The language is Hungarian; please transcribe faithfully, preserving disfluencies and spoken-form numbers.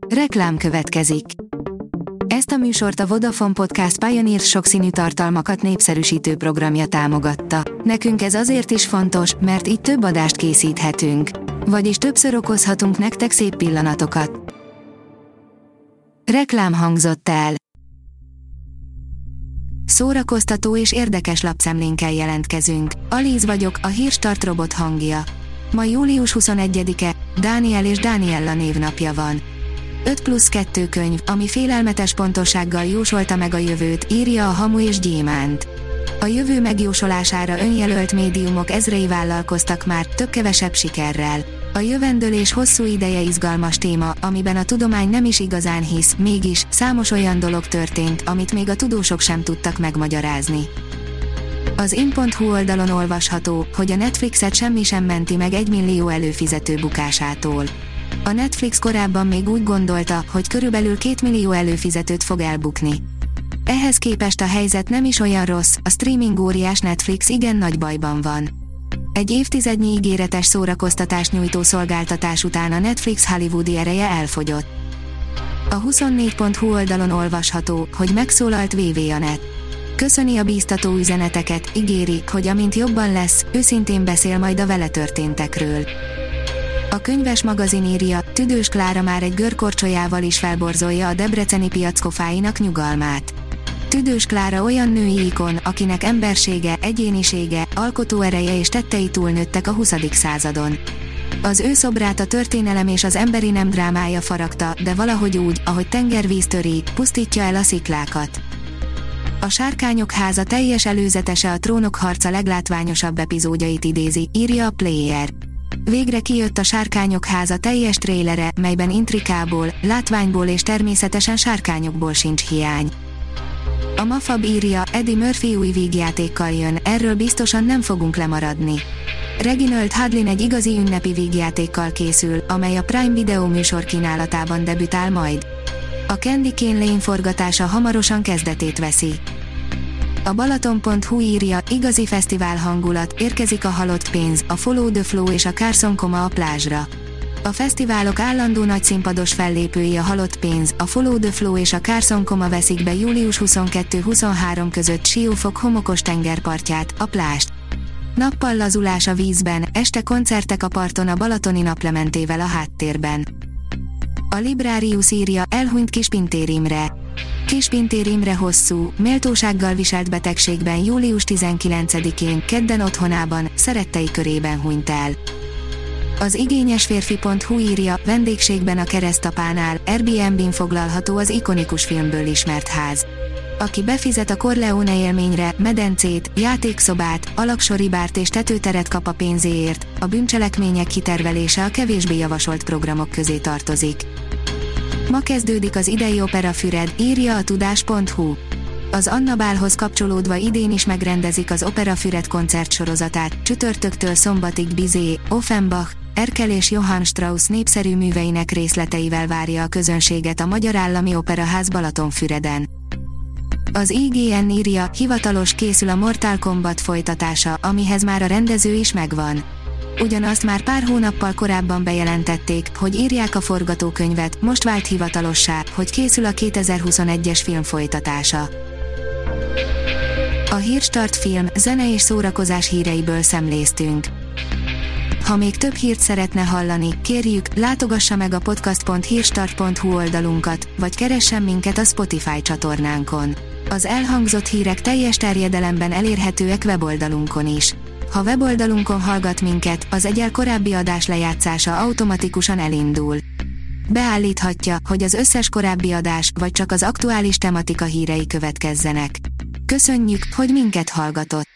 Reklám következik. Ezt a műsort a Vodafone Podcast Pioneer sokszínű tartalmakat népszerűsítő programja támogatta. Nekünk ez azért is fontos, mert így több adást készíthetünk. Vagyis többször okozhatunk nektek szép pillanatokat. Reklám hangzott el. Szórakoztató és érdekes lapszemlénkkel jelentkezünk. Alíz vagyok, a Hírstart robot hangja. Ma július huszonegyedike, Dániel és Dániella névnapja van. öt plusz kettő könyv, ami félelmetes pontossággal jósolta meg a jövőt, írja a Hamu és Gyémánt. A jövő megjósolására önjelölt médiumok ezrei vállalkoztak már, több-kevesebb sikerrel. A jövendőlés hosszú ideje izgalmas téma, amiben a tudomány nem is igazán hisz, mégis számos olyan dolog történt, amit még a tudósok sem tudtak megmagyarázni. Az in pont hu oldalon olvasható, hogy a Netflixet semmi sem menti meg egymillió előfizető bukásától. A Netflix korábban még úgy gondolta, hogy körülbelül két millió előfizetőt fog elbukni. Ehhez képest a helyzet nem is olyan rossz, a streaming óriás Netflix igen nagy bajban van. Egy évtizednyi ígéretes szórakoztatást nyújtó szolgáltatás után a Netflix hollywoodi ereje elfogyott. A huszonnégy pont hu oldalon olvasható, hogy megszólalt vé vé Anett. Köszöni a bíztató üzeneteket, ígéri, hogy amint jobban lesz, őszintén beszél majd a vele történtekről. A könyves magazin írja, Tüdős Klára már egy görkorcsolyával is felborzolja a debreceni piackofáinak nyugalmát. Tüdős Klára olyan női ikon, akinek embersége, egyénisége, alkotóereje és tettei túlnőttek a huszadik századon. Az ő szobrát a történelem és az emberi nem drámája faragta, de valahogy úgy, ahogy tengervíz töri, pusztítja el a sziklákat. A Sárkányok háza teljes előzetese a Trónok harca leglátványosabb epizódjait idézi, írja a Player. Végre kijött a Sárkányok háza teljes trélere, melyben intrikából, látványból és természetesen sárkányokból sincs hiány. A Mafab írja, Eddie Murphy új vígjátékkal jön, erről biztosan nem fogunk lemaradni. Reginald Hudlin egy igazi ünnepi vígjátékkal készül, amely a Prime Video műsor kínálatában debütál majd. A Candy Cane Lane forgatása hamarosan kezdetét veszi. A Balaton pont hu írja, igazi fesztivál hangulat, érkezik a Halott pénz, a Follow the Flow és a Carson Coma a plázsra. A fesztiválok állandó nagyszínpados fellépői a Halott pénz, a Follow the Flow és a Carson Coma veszik be július huszonkettő-huszonhárom között Siófok homokos tengerpartját, a plást. Nappal lazulás a vízben, este koncertek a parton a balatoni naplementével a háttérben. A Librarius írja, elhunyt Kispintér Imre. Kispintér Imre hosszú, méltósággal viselt betegségben július tizenkilencedikén, kedden otthonában, szerettei körében hunyt el. Az igényes férfi pont hu írja, vendégségben a Keresztapánál, Airbnb-n foglalható az ikonikus filmből ismert ház. Aki befizet a Corleone élményre, medencét, játékszobát, alaksoribárt és tetőteret kap a pénzéért, a bűncselekmények kitervelése a kevésbé javasolt programok közé tartozik. Ma kezdődik az idei Opera Füred, írja a tudás pont hu. Az Anna Bálhoz kapcsolódva idén is megrendezik az Opera Füred koncertsorozatát, csütörtöktől szombatig Bizet, Offenbach, Erkel és Johann Strauss népszerű műveinek részleteivel várja a közönséget a Magyar Állami Operaház Balatonfüreden. Az i gé en írja, hivatalos készül a Mortal Kombat folytatása, amihez már a rendező is megvan. Ugyanazt már pár hónappal korábban bejelentették, hogy írják a forgatókönyvet, most vált hivatalossá, hogy készül a kétezer-huszonegyes film folytatása. A Hírstart film, zene és szórakozás híreiből szemléztünk. Ha még több hírt szeretne hallani, kérjük, látogassa meg a podcast pont hírstart pont hu oldalunkat, vagy keressen minket a Spotify csatornánkon. Az elhangzott hírek teljes terjedelemben elérhetőek weboldalunkon is. Ha weboldalunkon hallgat minket, az egyel korábbi adás lejátszása automatikusan elindul. Beállíthatja, hogy az összes korábbi adás, vagy csak az aktuális tematika hírei következzenek. Köszönjük, hogy minket hallgatott!